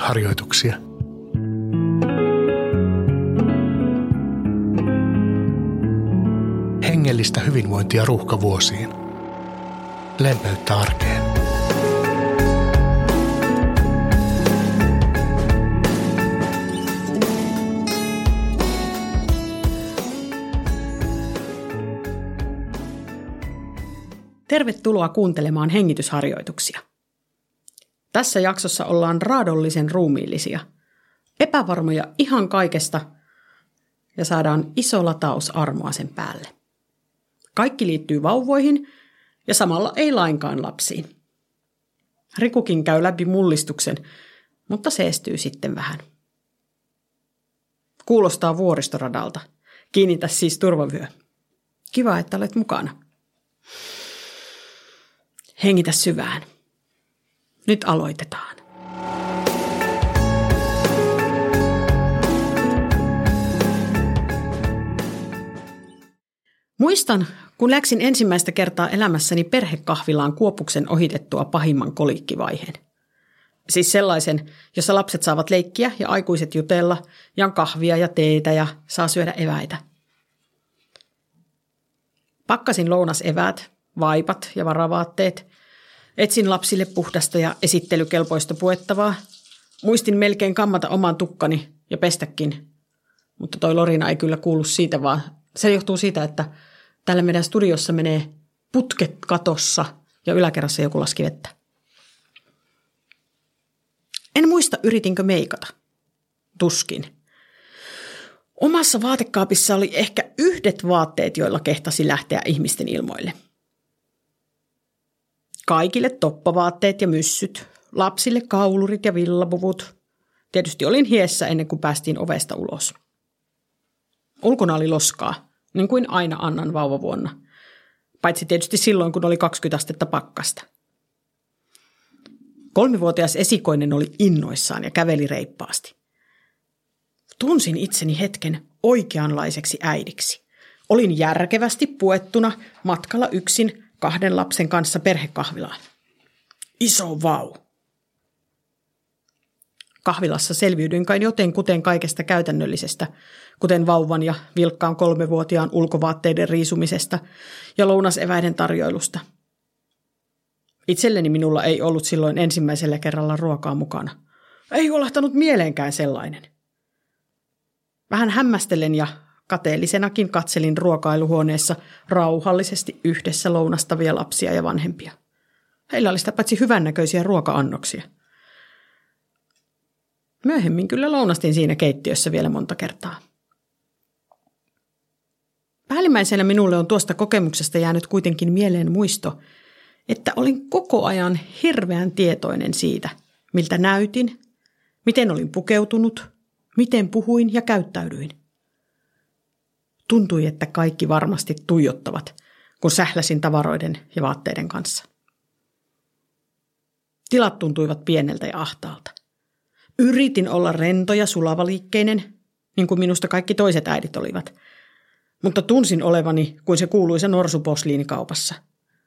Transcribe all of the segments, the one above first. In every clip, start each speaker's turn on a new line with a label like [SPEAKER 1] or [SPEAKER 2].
[SPEAKER 1] hengitysharjoituksia. Hengellistä hyvinvointia ruuhkavuosiin. Lempeyttä arkeen.
[SPEAKER 2] Tervetuloa kuuntelemaan hengitysharjoituksia. Tässä jaksossa ollaan raadollisen ruumiillisia, epävarmoja ihan kaikesta ja saadaan iso lataus armoa sen päälle. Kaikki liittyy vauvoihin ja samalla ei lainkaan lapsiin. Rikukin käy läpi mullistuksen, mutta seestyy sitten vähän. Kuulostaa vuoristoradalta. Kiinnitä siis turvavyö. Kiva, että olet mukana. Hengitä syvään. Nyt aloitetaan. Muistan, kun läksin ensimmäistä kertaa elämässäni perhekahvilaan Kuopuksen ohitettua pahimman kolikkivaiheen. Siis sellaisen, jossa lapset saavat leikkiä ja aikuiset jutella, ja on kahvia ja teetä ja saa syödä eväitä. Pakkasin lounaseväät, vaipat ja varavaatteet. Etsin lapsille puhdasta ja esittelykelpoista puettavaa. Muistin melkein kammata oman tukkani ja pestäkin. Mutta toi lorina ei kyllä kuulu siitä, vaan se johtuu siitä, että täällä meidän studiossa menee putket katossa ja yläkerrassa joku laski vettä. En muista, yritinkö meikata. Tuskin. Omassa vaatekaapissa oli ehkä yhdet vaatteet, joilla kehtasi lähteä ihmisten ilmoille. Kaikille toppavaatteet ja myssyt, lapsille kaulurit ja villapuvut. Tietysti olin hiessä ennen kuin päästiin ovesta ulos. Ulkona oli loskaa, niin kuin aina Annan vauvavuonna. Paitsi tietysti silloin, kun oli 20 astetta pakkasta. 3-vuotias esikoinen oli innoissaan ja käveli reippaasti. Tunsin itseni hetken oikeanlaiseksi äidiksi. Olin järkevästi puettuna matkalla yksin 2 lapsen kanssa perhekahvilaan. Iso vau! Kahvilassa selviydyin kai jotenkuten kaikesta käytännöllisestä, kuten vauvan ja vilkkaan 3-vuotiaan ulkovaatteiden riisumisesta ja lounaseväiden tarjoilusta. Itselleni minulla ei ollut silloin ensimmäisellä kerralla ruokaa mukana. Ei olahtanut mieleenkään sellainen. Vähän hämmästelen ja kateellisenakin katselin ruokailuhuoneessa rauhallisesti yhdessä lounastavia lapsia ja vanhempia. Heillä oli sitä paitsi hyvännäköisiä ruoka-annoksia. Myöhemmin kyllä lounastin siinä keittiössä vielä monta kertaa. Päällimmäisenä minulle on tuosta kokemuksesta jäänyt kuitenkin mieleen muisto, että olin koko ajan hirveän tietoinen siitä, miltä näytin, miten olin pukeutunut, miten puhuin ja käyttäydyin. Tuntui, että kaikki varmasti tuijottavat, kun sähläsin tavaroiden ja vaatteiden kanssa. Tilat tuntuivat pieneltä ja ahtaalta. Yritin olla rento ja sulavaliikkeinen, niin kuin minusta kaikki toiset äidit olivat, mutta tunsin olevani kuin se kuuluisa norsu posliinikaupassa.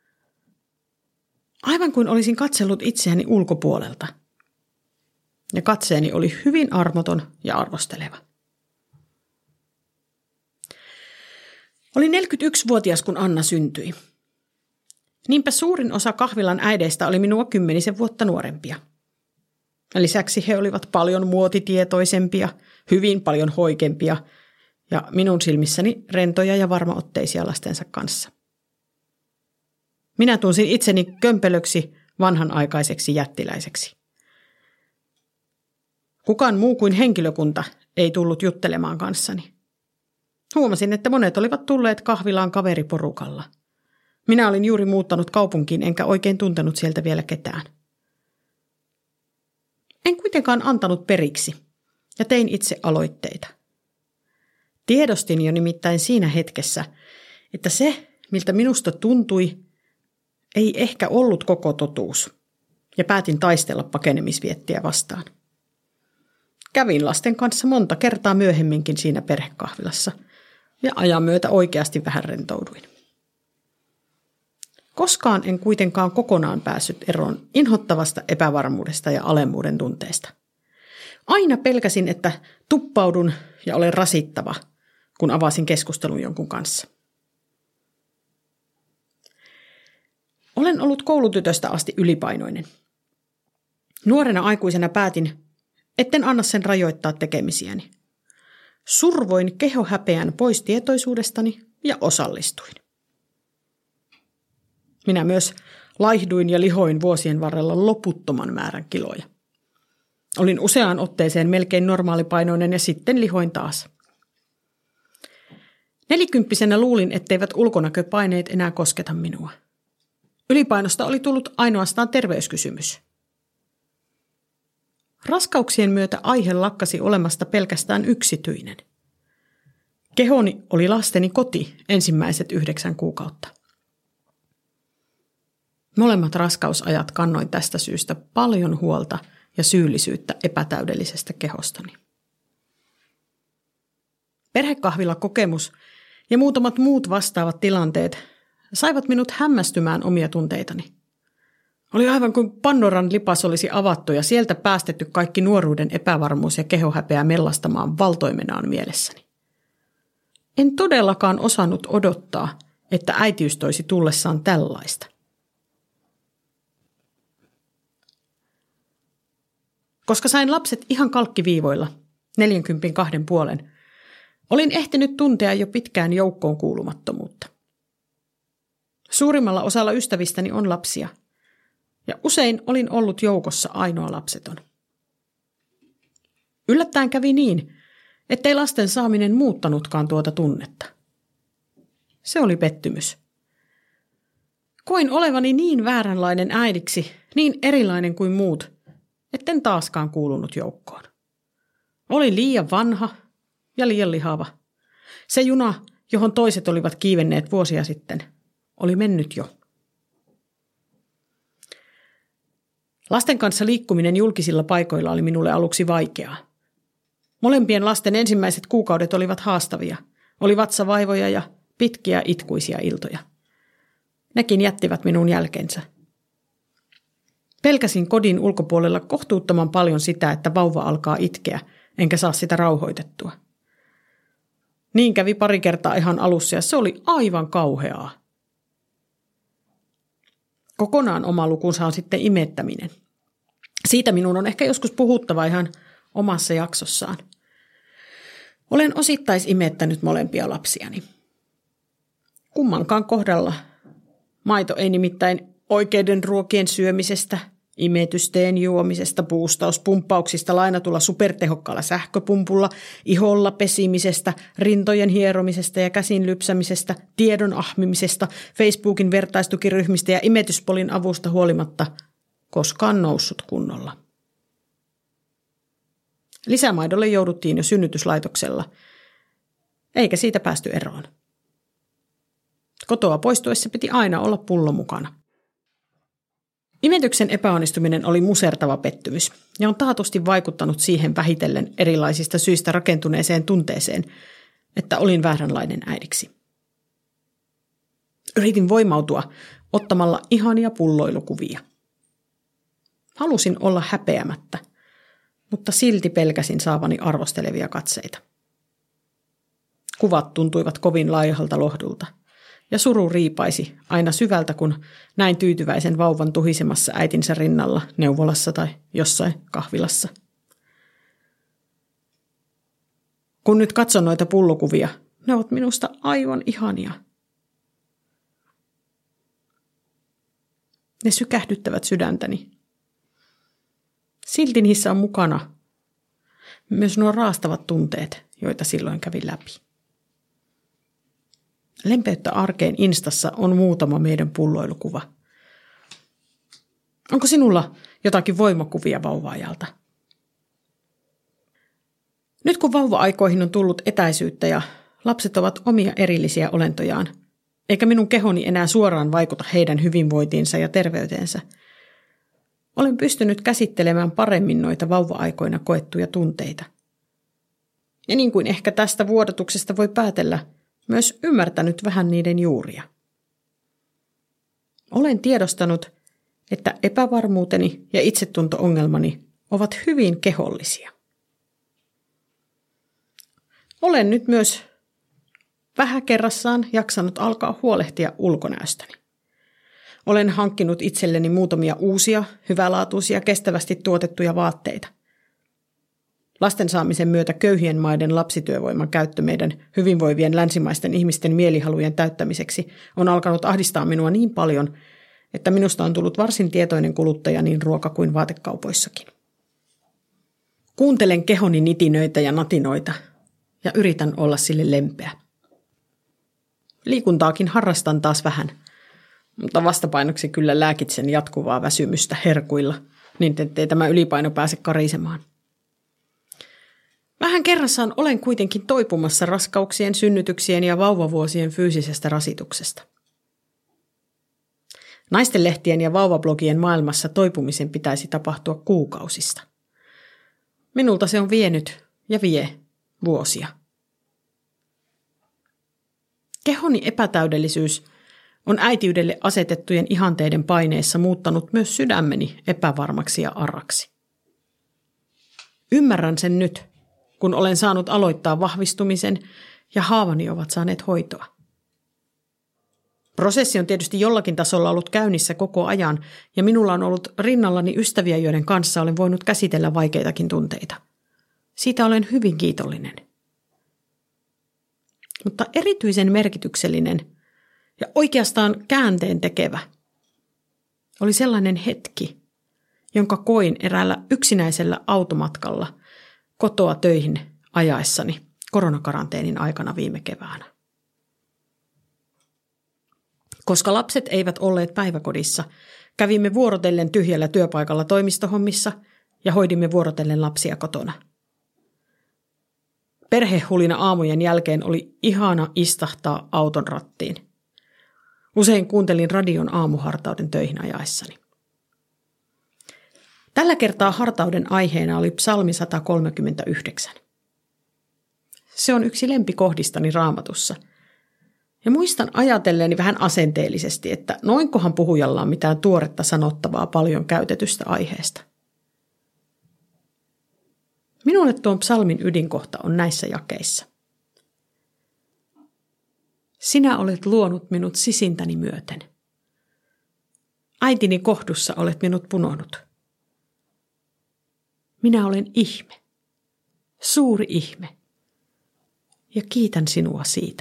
[SPEAKER 2] Aivan kuin olisin katsellut itseäni ulkopuolelta. Ja katseeni oli hyvin armoton ja arvosteleva. Olin 41-vuotias, kun Anna syntyi. Niinpä suurin osa kahvilan äideistä oli minua 10 vuotta nuorempia. Lisäksi he olivat paljon muotitietoisempia, hyvin paljon hoikempia ja minun silmissäni rentoja ja varmaotteisia lastensa kanssa. Minä tunsin itseni kömpelöksi, vanhanaikaiseksi jättiläiseksi. Kukaan muu kuin henkilökunta ei tullut juttelemaan kanssani. Huomasin, että monet olivat tulleet kahvilaan kaveriporukalla. Minä olin juuri muuttanut kaupunkiin enkä oikein tuntenut sieltä vielä ketään. En kuitenkaan antanut periksi ja tein itse aloitteita. Tiedostin jo nimittäin siinä hetkessä, että se, miltä minusta tuntui, ei ehkä ollut koko totuus, ja päätin taistella pakenemisviettiä vastaan. Kävin lasten kanssa monta kertaa myöhemminkin siinä perhekahvilassa, ja ajan myötä oikeasti vähän rentouduin. Koskaan en kuitenkaan kokonaan päässyt eroon inhottavasta epävarmuudesta ja alemmuuden tunteesta. Aina pelkäsin, että tuppaudun ja olen rasittava, kun avasin keskustelun jonkun kanssa. Olen ollut koulutytöstä asti ylipainoinen. Nuorena aikuisena päätin, etten anna sen rajoittaa tekemisiäni. Survoin kehohäpeän pois tietoisuudestani ja osallistuin. Minä myös laihduin ja lihoin vuosien varrella loputtoman määrän kiloja. Olin useaan otteeseen melkein normaalipainoinen ja sitten lihoin taas. 40-vuotiaana luulin, etteivät ulkonäköpaineet enää kosketa minua. Ylipainosta oli tullut ainoastaan terveyskysymys. Raskauksien myötä aihe lakkasi olemasta pelkästään yksityinen. Kehoni oli lasteni koti ensimmäiset 9 kuukautta. Molemmat raskausajat kannoin tästä syystä paljon huolta ja syyllisyyttä epätäydellisestä kehostani. Perhekahvilakokemus ja muutamat muut vastaavat tilanteet saivat minut hämmästymään omia tunteitani. Oli aivan kuin Pandoran lipas olisi avattu ja sieltä päästetty kaikki nuoruuden epävarmuus ja kehohäpeä mellastamaan valtoimenaan mielessäni. En todellakaan osannut odottaa, että äitiys toisi tullessaan tällaista. Koska sain lapset ihan kalkkiviivoilla, 42,5, olin ehtinyt tuntea jo pitkään joukkoon kuulumattomuutta. Suurimmalla osalla ystävistäni on lapsia, ja usein olin ollut joukossa ainoa lapseton. Yllättäen kävi niin, ettei lasten saaminen muuttanutkaan tuota tunnetta. Se oli pettymys. Koin olevani niin vääränlainen äidiksi, niin erilainen kuin muut, etten taaskaan kuulunut joukkoon. Olin liian vanha ja liian lihava. Se juna, johon toiset olivat kiivenneet vuosia sitten, oli mennyt jo. Lasten kanssa liikkuminen julkisilla paikoilla oli minulle aluksi vaikeaa. Molempien lasten ensimmäiset kuukaudet olivat haastavia. Oli vatsavaivoja ja pitkiä itkuisia iltoja. Nekin jättivät minun jälkensä. Pelkäsin kodin ulkopuolella kohtuuttoman paljon sitä, että vauva alkaa itkeä, enkä saa sitä rauhoitettua. Niin kävi pari kertaa ihan alussa ja se oli aivan kauheaa. Kokonaan oma lukunsa on sitten imettäminen. Siitä minun on ehkä joskus puhuttava ihan omassa jaksossaan. Olen osittaisimettänyt molempia lapsiani. Kummankaan kohdalla maito ei nimittäin oikeiden ruokien syömisestä, imetysteen juomisesta, puustauspumppauksista lainatulla supertehokkaalla sähköpumpulla, iholla pesimisestä, rintojen hieromisesta ja käsin lypsämisestä, tiedon ahmimisesta, Facebookin vertaistukiryhmistä ja imetyspolin avusta huolimatta koskaan noussut kunnolla. Lisämaidolle jouduttiin jo synnytyslaitoksella, eikä siitä päästy eroon. Kotoa poistuessa piti aina olla pullo mukana. Imetyksen epäonnistuminen oli musertava pettymys ja on taatusti vaikuttanut siihen vähitellen erilaisista syistä rakentuneeseen tunteeseen, että olin vääränlainen äidiksi. Yritin voimautua ottamalla ihania pulloilukuvia. Halusin olla häpeämättä, mutta silti pelkäsin saavani arvostelevia katseita. Kuvat tuntuivat kovin laihalta lohdulta. Ja suru riipaisi aina syvältä, kun näin tyytyväisen vauvan tuhisemassa äitinsä rinnalla neuvolassa tai jossain kahvilassa. Kun nyt katson noita pullokuvia, ne ovat minusta aivan ihania. Ne sykähdyttävät sydäntäni. Silti niissä on mukana myös nuo raastavat tunteet, joita silloin kävin läpi. Lempeyttä arkeen Instassa on muutama meidän pulloilukuva. Onko sinulla jotakin voimakuvia vauva-ajalta? Nyt kun vauva-aikoihin on tullut etäisyyttä ja lapset ovat omia erillisiä olentojaan, eikä minun kehoni enää suoraan vaikuta heidän hyvinvointiinsa ja terveyteensä, olen pystynyt käsittelemään paremmin noita vauva-aikoina koettuja tunteita. Ja niin kuin ehkä tästä vuodatuksesta voi päätellä, myös ymmärtänyt vähän niiden juuria. Olen tiedostanut, että epävarmuuteni ja itsetunto-ongelmani ovat hyvin kehollisia. Olen nyt myös vähän kerrassaan jaksanut alkaa huolehtia ulkonäöstäni. Olen hankkinut itselleni muutamia uusia, hyvälaatuisia, kestävästi tuotettuja vaatteita. Lasten saamisen myötä köyhien maiden lapsityövoiman käyttö meidän hyvinvoivien länsimaisten ihmisten mielihalujen täyttämiseksi on alkanut ahdistaa minua niin paljon, että minusta on tullut varsin tietoinen kuluttaja niin ruoka- kuin vaatekaupoissakin. Kuuntelen kehoni nitinöitä ja natinoita ja yritän olla sille lempeä. Liikuntaakin harrastan taas vähän, mutta vastapainoksi kyllä lääkitsen jatkuvaa väsymystä herkuilla, niin ettei tämä ylipaino pääse karisemaan. Vähän kerrassaan olen kuitenkin toipumassa raskauksien, synnytyksien ja vauvavuosien fyysisestä rasituksesta. Naistenlehtien ja vauvablogien maailmassa toipumisen pitäisi tapahtua kuukausista. Minulta se on vienyt ja vie vuosia. Kehoni epätäydellisyys on äitiydelle asetettujen ihanteiden paineessa muuttanut myös sydämeni epävarmaksi ja arraksi. Ymmärrän sen nyt, kun olen saanut aloittaa vahvistumisen ja haavani ovat saaneet hoitoa. Prosessi on tietysti jollakin tasolla ollut käynnissä koko ajan ja minulla on ollut rinnallani ystäviä, joiden kanssa olen voinut käsitellä vaikeitakin tunteita. Siitä olen hyvin kiitollinen. Mutta erityisen merkityksellinen ja oikeastaan käänteen tekevä oli sellainen hetki, jonka koin eräällä yksinäisellä automatkalla kotoa töihin ajaessani koronakaranteenin aikana viime keväänä. Koska lapset eivät olleet päiväkodissa, kävimme vuorotellen tyhjällä työpaikalla toimistohommissa ja hoidimme vuorotellen lapsia kotona. Perhehulina aamujen jälkeen oli ihana istahtaa auton rattiin. Usein kuuntelin radion aamuhartauden töihin ajaessani. Tällä kertaa hartauden aiheena oli psalmi 139. Se on yksi lempikohdistani Raamatussa. Ja muistan ajatelleeni vähän asenteellisesti, että noinkohan puhujalla on mitään tuoretta sanottavaa paljon käytetystä aiheesta. Minulle tuon psalmin ydinkohta on näissä jakeissa. Sinä olet luonut minut sisintäni myöten. Äitini kohdussa olet minut punonut. Minä olen ihme, suuri ihme, ja kiitän sinua siitä.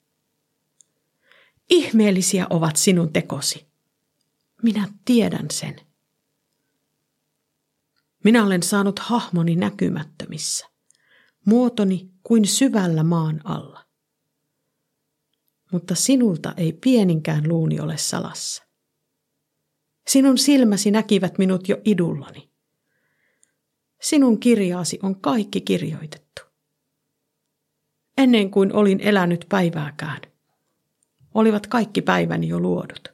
[SPEAKER 2] Ihmeellisiä ovat sinun tekosi. Minä tiedän sen. Minä olen saanut hahmoni näkymättömissä, muotoni kuin syvällä maan alla. Mutta sinulta ei pieninkään luuni ole salassa. Sinun silmäsi näkivät minut jo idullani. Sinun kirjaasi on kaikki kirjoitettu. Ennen kuin olin elänyt päivääkään, olivat kaikki päiväni jo luodut.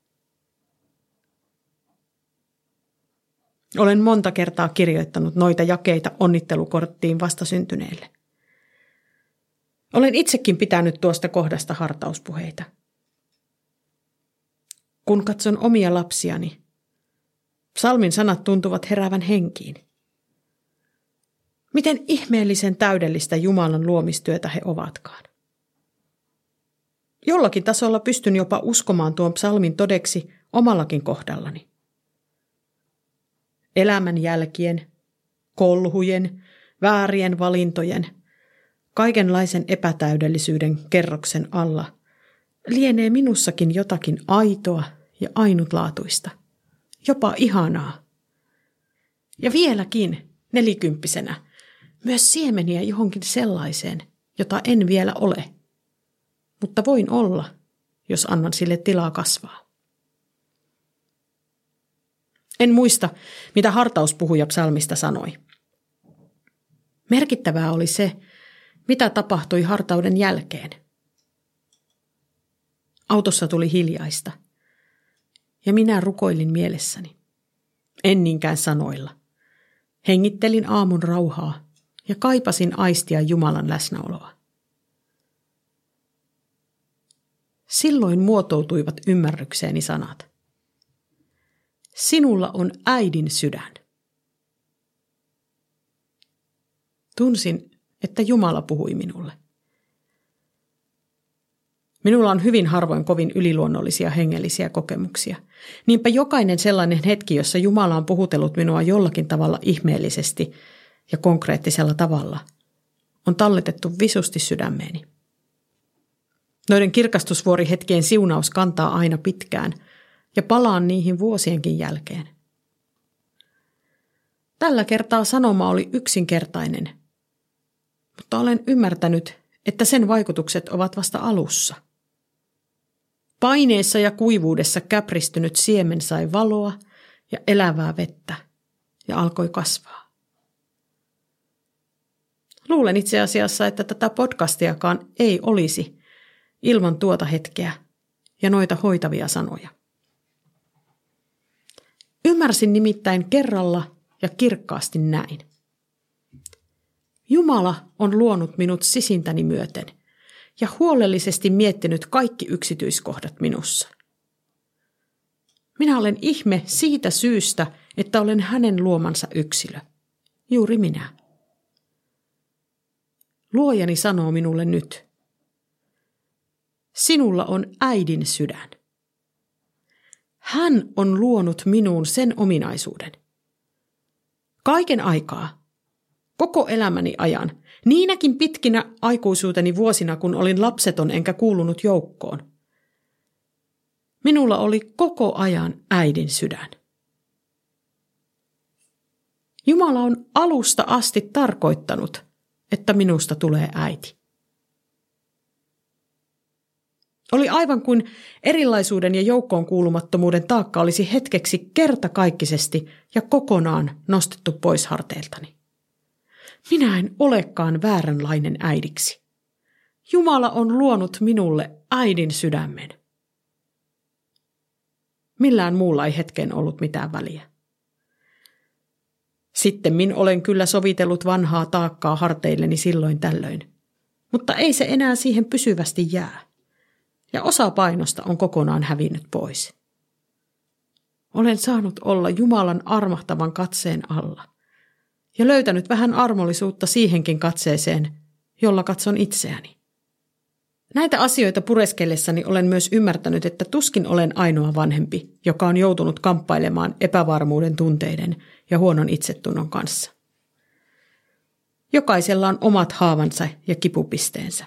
[SPEAKER 2] Olen monta kertaa kirjoittanut noita jakeita onnittelukorttiin vastasyntyneille. Olen itsekin pitänyt tuosta kohdasta hartauspuheita. Kun katson omia lapsiani, psalmin sanat tuntuvat heräävän henkiin. Miten ihmeellisen täydellistä Jumalan luomistyötä he ovatkaan. Jollakin tasolla pystyn jopa uskomaan tuon psalmin todeksi omallakin kohdallani. Elämän jälkien, kolhujen, väärien valintojen, kaikenlaisen epätäydellisyyden kerroksen alla lienee minussakin jotakin aitoa ja ainutlaatuista, jopa ihanaa. Ja vieläkin 40-vuotiaana myös siemeniä johonkin sellaiseen, jota en vielä ole, mutta voin olla, jos annan sille tilaa kasvaa. En muista, mitä hartauspuhuja psalmista sanoi. Merkittävää oli se, mitä tapahtui hartauden jälkeen. Autossa tuli hiljaista, ja minä rukoilin mielessäni. En niinkään sanoilla. Hengittelin aamun rauhaa ja kaipasin aistia Jumalan läsnäoloa. Silloin muotoutuivat ymmärrykseeni sanat. Sinulla on äidin sydän. Tunsin, että Jumala puhui minulle. Minulla on hyvin harvoin kovin yliluonnollisia hengellisiä kokemuksia. Niinpä jokainen sellainen hetki, jossa Jumala on puhutellut minua jollakin tavalla ihmeellisesti ja konkreettisella tavalla, on talletettu visusti sydämeeni. Noiden kirkastusvuorihetkien siunaus kantaa aina pitkään ja palaan niihin vuosienkin jälkeen. Tällä kertaa sanoma oli yksinkertainen, mutta olen ymmärtänyt, että sen vaikutukset ovat vasta alussa. Paineessa ja kuivuudessa käpristynyt siemen sai valoa ja elävää vettä ja alkoi kasvaa. Luulen itse asiassa, että tätä podcastiakaan ei olisi ilman tuota hetkeä ja noita hoitavia sanoja. Ymmärsin nimittäin kerralla ja kirkkaasti näin. Jumala on luonut minut sisintäni myöten ja huolellisesti miettinyt kaikki yksityiskohdat minussa. Minä olen ihme siitä syystä, että olen hänen luomansa yksilö, juuri minä. Luojani sanoo minulle nyt: sinulla on äidin sydän. Hän on luonut minuun sen ominaisuuden. Kaiken aikaa, koko elämäni ajan, niinäkin pitkinä aikuisuuteni vuosina, kun olin lapseton enkä kuulunut joukkoon. Minulla oli koko ajan äidin sydän. Jumala on alusta asti tarkoittanut, että minusta tulee äiti. Oli aivan kuin erilaisuuden ja joukkoon kuulumattomuuden taakka olisi hetkeksi kertakaikkisesti ja kokonaan nostettu pois harteiltani. Minä en olekaan vääränlainen äidiksi. Jumala on luonut minulle äidin sydämen. Millään muulla ei hetken ollut mitään väliä. Sittemmin olen kyllä sovitellut vanhaa taakkaa harteilleni silloin tällöin, mutta ei se enää siihen pysyvästi jää. Ja osa painosta on kokonaan hävinnyt pois. Olen saanut olla Jumalan armahtavan katseen alla ja löytänyt vähän armollisuutta siihenkin katseeseen, jolla katson itseäni. Näitä asioita pureskellessani olen myös ymmärtänyt, että tuskin olen ainoa vanhempi, joka on joutunut kamppailemaan epävarmuuden tunteiden ja huonon itsetunnon kanssa. Jokaisella on omat haavansa ja kipupisteensä.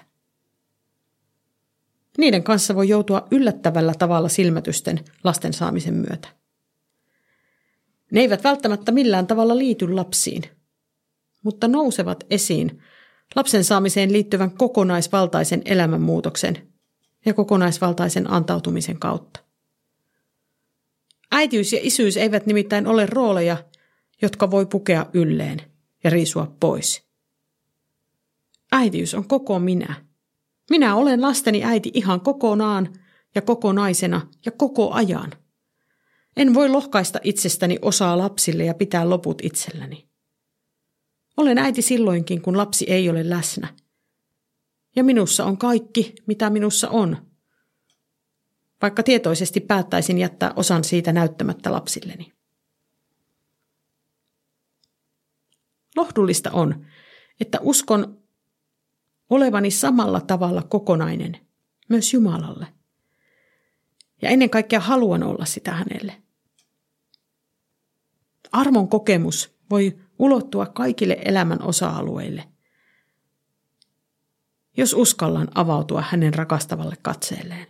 [SPEAKER 2] Niiden kanssa voi joutua yllättävällä tavalla silmätysten lasten saamisen myötä. Ne eivät välttämättä millään tavalla liity lapsiin, mutta nousevat esiin lapsen saamiseen liittyvän kokonaisvaltaisen elämänmuutoksen ja kokonaisvaltaisen antautumisen kautta. Äitiys ja isyys eivät nimittäin ole rooleja, jotka voi pukea ylleen ja riisua pois. Äitiys on koko minä. Minä olen lasteni äiti ihan kokonaan ja kokonaisena ja koko ajan. En voi lohkaista itsestäni osaa lapsille ja pitää loput itselläni. Olen äiti silloinkin, kun lapsi ei ole läsnä. Ja minussa on kaikki, mitä minussa on. Vaikka tietoisesti päättäisin jättää osan siitä näyttämättä lapsilleni. Lohdullista on, että uskon olevani samalla tavalla kokonainen myös Jumalalle. Ja ennen kaikkea haluan olla sitä hänelle. Armon kokemus voi ulottua kaikille elämän osa-alueille, jos uskallan avautua hänen rakastavalle katseelleen.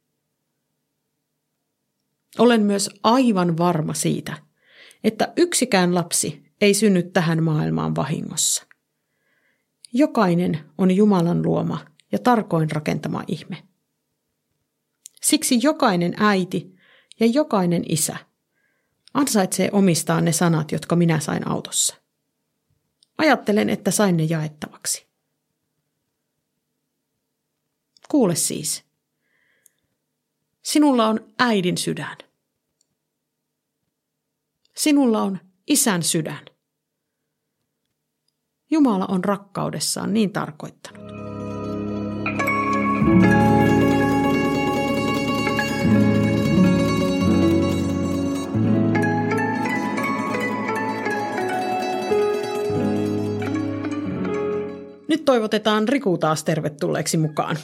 [SPEAKER 2] Olen myös aivan varma siitä, että yksikään lapsi ei synny tähän maailmaan vahingossa. Jokainen on Jumalan luoma ja tarkoin rakentama ihme. Siksi jokainen äiti ja jokainen isä ansaitsee omistaan ne sanat, jotka minä sain autossa. Ajattelen, että sain ne jaettavaksi. Kuule siis. Sinulla on äidin sydän. Sinulla on isän sydän. Jumala on rakkaudessaan niin tarkoittanut. Nyt Nyt toivotetaan Riku taas tervetulleeksi mukaan.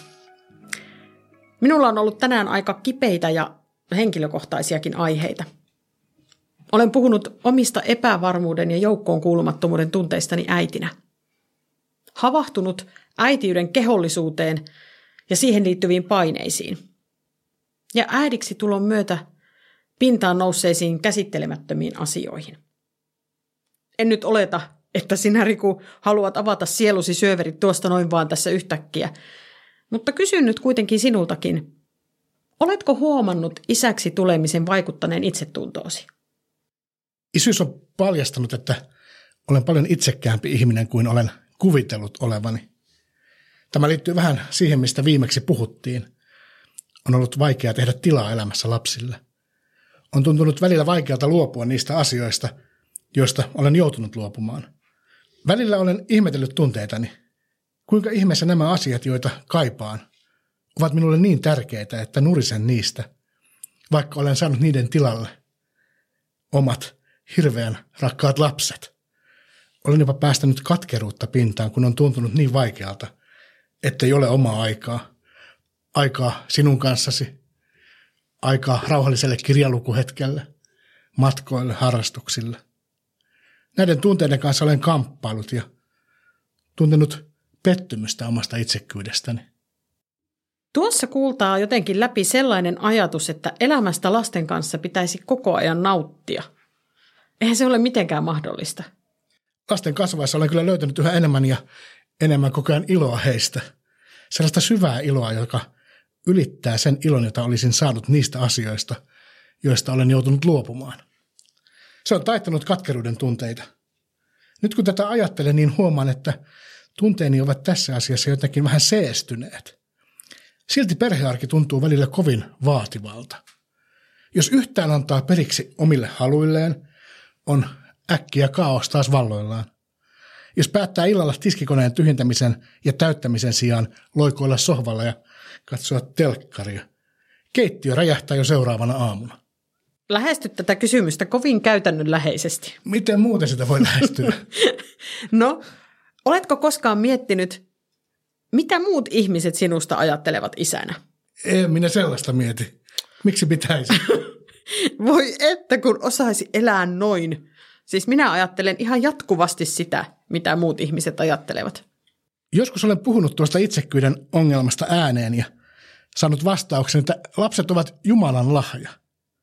[SPEAKER 2] Minulla on ollut tänään aika kipeitä ja henkilökohtaisiakin aiheita. Olen puhunut omista epävarmuuden ja joukkoon kuulumattomuuden tunteistani äitinä. Havahtunut äitiyden kehollisuuteen ja siihen liittyviin paineisiin. Ja äidiksi tulon myötä pintaan nousseisiin käsittelemättömiin asioihin. En nyt oleta, että sinä, Riku, haluat avata sielusi syöverit tuosta noin vaan tässä yhtäkkiä, mutta kysyn nyt kuitenkin sinultakin. Oletko huomannut isäksi tulemisen vaikuttaneen itsetuntoosi?
[SPEAKER 1] Isyys on paljastanut, että olen paljon itsekkäämpi ihminen kuin olen kuvitellut olevani. Tämä liittyy vähän siihen, mistä viimeksi puhuttiin. On ollut vaikea tehdä tilaa elämässä lapsille. On tuntunut välillä vaikealta luopua niistä asioista, joista olen joutunut luopumaan. Välillä olen ihmetellyt tunteitani. Kuinka ihmeessä nämä asiat, joita kaipaan, ovat minulle niin tärkeitä, että nurisen niistä, vaikka olen saanut niiden tilalle omat hirveän rakkaat lapset. Olen jopa päästänyt katkeruutta pintaan, kun on tuntunut niin vaikealta, ettei ole omaa aikaa. Aikaa sinun kanssasi, aikaa rauhalliselle kirjalukuhetkelle, matkoille, harrastuksille. Näiden tunteiden kanssa olen kamppailut ja tuntenut pettymystä omasta itsekkyydestäni.
[SPEAKER 2] Tuossa kuultaa jotenkin läpi sellainen ajatus, että elämästä lasten kanssa pitäisi koko ajan nauttia. Eihän se ole mitenkään mahdollista.
[SPEAKER 1] Lasten kasvaessa olen kyllä löytänyt yhä enemmän ja enemmän koko ajan iloa heistä. Sellaista syvää iloa, joka ylittää sen ilon, jota olisin saanut niistä asioista, joista olen joutunut luopumaan. Se on taittanut katkeruuden tunteita. Nyt kun tätä ajattelen, niin huomaan, että tunteeni ovat tässä asiassa jotenkin vähän seestyneet. Silti perhearki tuntuu välillä kovin vaativalta. Jos yhtään antaa periksi omille haluilleen, on äkkiä kaos taas valloillaan. Jos päättää illalla tiskikoneen tyhjentämisen ja täyttämisen sijaan loikoilla sohvalla ja katsoa telkkaria, keittiö räjähtää jo seuraavana aamuna.
[SPEAKER 2] Lähestyt tätä kysymystä kovin käytännönläheisesti.
[SPEAKER 1] Miten muuten sitä voi lähestyä?
[SPEAKER 2] No, oletko koskaan miettinyt, mitä muut ihmiset sinusta ajattelevat isänä?
[SPEAKER 1] En minä sellaista mieti. Miksi pitäisi?
[SPEAKER 2] Voi että kun osaisi elää noin. Siis minä ajattelen ihan jatkuvasti sitä, mitä muut ihmiset ajattelevat.
[SPEAKER 1] Joskus olen puhunut tuosta itsekkyyden ongelmasta ääneen ja saanut vastauksen, että lapset ovat Jumalan lahja.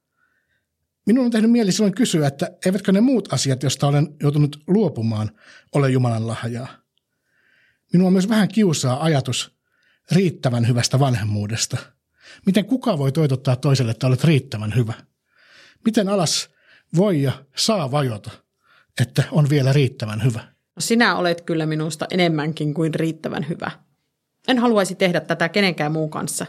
[SPEAKER 1] Minun on tehnyt mieli silloin kysyä, että eivätkö ne muut asiat, joista olen joutunut luopumaan, ole Jumalan lahjaa. Minua myös vähän kiusaa ajatus riittävän hyvästä vanhemmuudesta. Miten kuka voi toitottaa toiselle, että olet riittävän hyvä? Miten alas voi ja saa vajota, että on vielä riittävän hyvä?
[SPEAKER 2] No sinä olet kyllä minusta enemmänkin kuin riittävän hyvä. En haluaisi tehdä tätä kenenkään muun kanssa.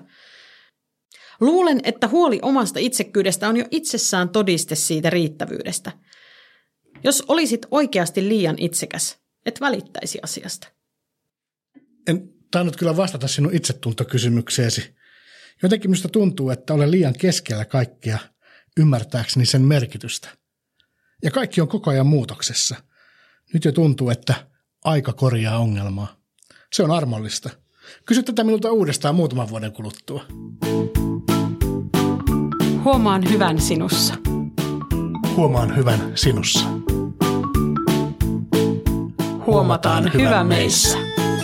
[SPEAKER 2] Luulen, että huoli omasta itsekkyydestä on jo itsessään todiste siitä riittävyydestä. Jos olisit oikeasti liian itsekäs, et välittäisi asiasta.
[SPEAKER 1] En tainnut kyllä vastata sinun itsetuntokysymykseesi. Jotenkin minusta tuntuu, että olen liian keskellä kaikkea ymmärtääkseni sen merkitystä. Ja kaikki on koko ajan muutoksessa. Nyt jo tuntuu, että aika korjaa ongelmaa. Se on armollista. Kysy tätä minulta uudestaan muutaman vuoden kuluttua.
[SPEAKER 2] Huomaan hyvän sinussa.
[SPEAKER 1] Huomaan hyvän sinussa.
[SPEAKER 2] Huomataan hyvä meissä.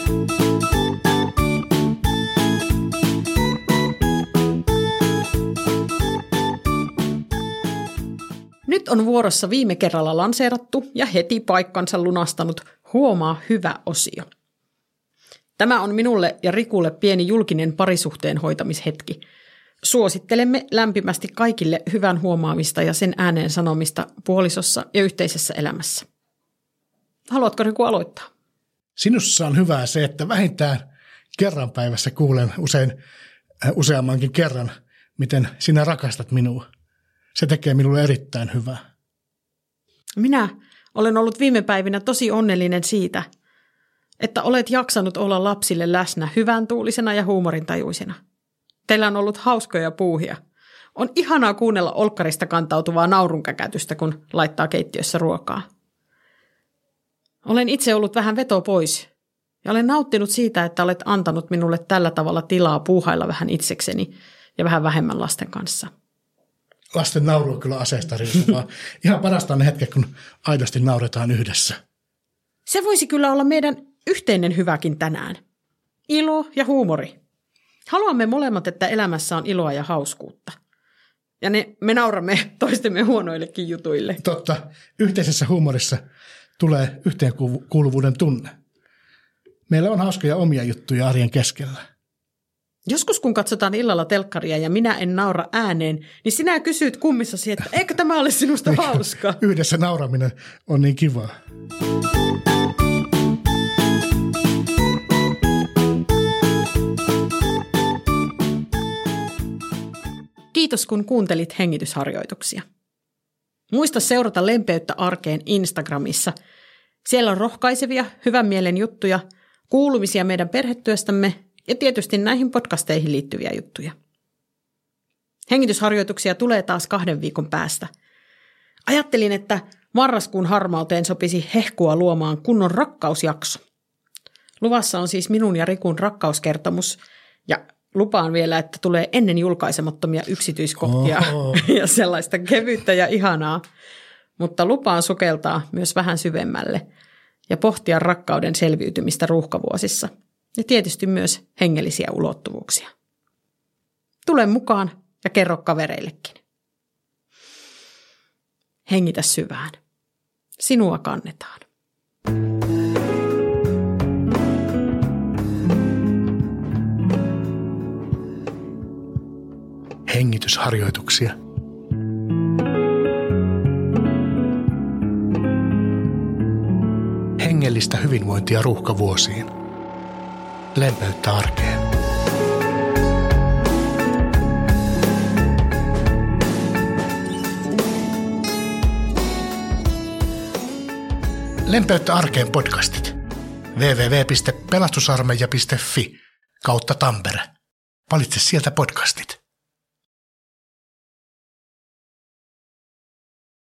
[SPEAKER 2] Nyt on vuorossa viime kerralla lanseerattu ja heti paikkansa lunastanut Huomaa hyvä -osio. Tämä on minulle ja Rikulle pieni julkinen parisuhteen hoitamishetki. Suosittelemme lämpimästi kaikille hyvän huomaamista ja sen ääneen sanomista puolisossa ja yhteisessä elämässä. Haluatko Riku aloittaa?
[SPEAKER 1] Sinussa on hyvää se, että vähintään kerran päivässä kuulen useammankin kerran, miten sinä rakastat minua. Se tekee minulle erittäin hyvää.
[SPEAKER 2] Minä olen ollut viime päivinä tosi onnellinen siitä, että olet jaksanut olla lapsille läsnä hyvän tuulisena ja huumorintajuisena. Teillä on ollut hauskoja puuhia. On ihanaa kuunnella olkkarista kantautuvaa naurunkäkätystä, kun laittaa keittiössä ruokaa. Olen itse ollut vähän veto pois Ja olen nauttinut siitä, että olet antanut minulle tällä tavalla tilaa puuhailla vähän itsekseni ja vähän vähemmän lasten kanssa.
[SPEAKER 1] Lasten nauru on kyllä aseesta riippuvaa. Ihan parasta on ne hetket, kun aidosti nauretaan yhdessä.
[SPEAKER 2] Se voisi kyllä olla meidän yhteinen hyväkin tänään. Ilo ja huumori. Haluamme molemmat, että elämässä on iloa ja hauskuutta. Ja me nauramme toistemme huonoillekin jutuille.
[SPEAKER 1] Totta. Yhteisessä huumorissa tulee yhteenkuuluvuuden tunne. Meillä on hauskoja omia juttuja arjen keskellä.
[SPEAKER 2] Joskus kun katsotaan illalla telkkaria ja minä en naura ääneen, niin sinä kysyt kummissasi, että eikö tämä ole sinusta hauskaa?
[SPEAKER 1] Yhdessä nauraminen on niin kivaa.
[SPEAKER 2] Kiitos kun kuuntelit hengitysharjoituksia. Muista seurata Lempeyttä arkeen Instagramissa. Siellä on rohkaisevia, hyvän mielen juttuja, kuulumisia meidän perhetyöstämme ja tietysti näihin podcasteihin liittyviä juttuja. Hengitysharjoituksia tulee taas 2 viikon päästä. Ajattelin, että marraskuun harmauteen sopisi hehkua luomaan kunnon rakkausjakso. Luvassa on siis minun ja Rikun rakkauskertomus ja lupaan vielä, että tulee ennen julkaisemattomia yksityiskohtia ja sellaista kevyttä ja ihanaa, mutta lupaan sukeltaa myös vähän syvemmälle ja pohtia rakkauden selviytymistä ruuhkavuosissa ja tietysti myös hengellisiä ulottuvuuksia. Tule mukaan ja kerro kavereillekin. Hengitä syvään. Sinua kannetaan.
[SPEAKER 1] Hengitysharjoituksia. Hengellistä hyvinvointia ruuhkavuosiin. Lempeyttä arkeen. Lempeyttä arkeen podcastit. www.pelastusarmeija.fi/Tampere. Valitse sieltä podcastit.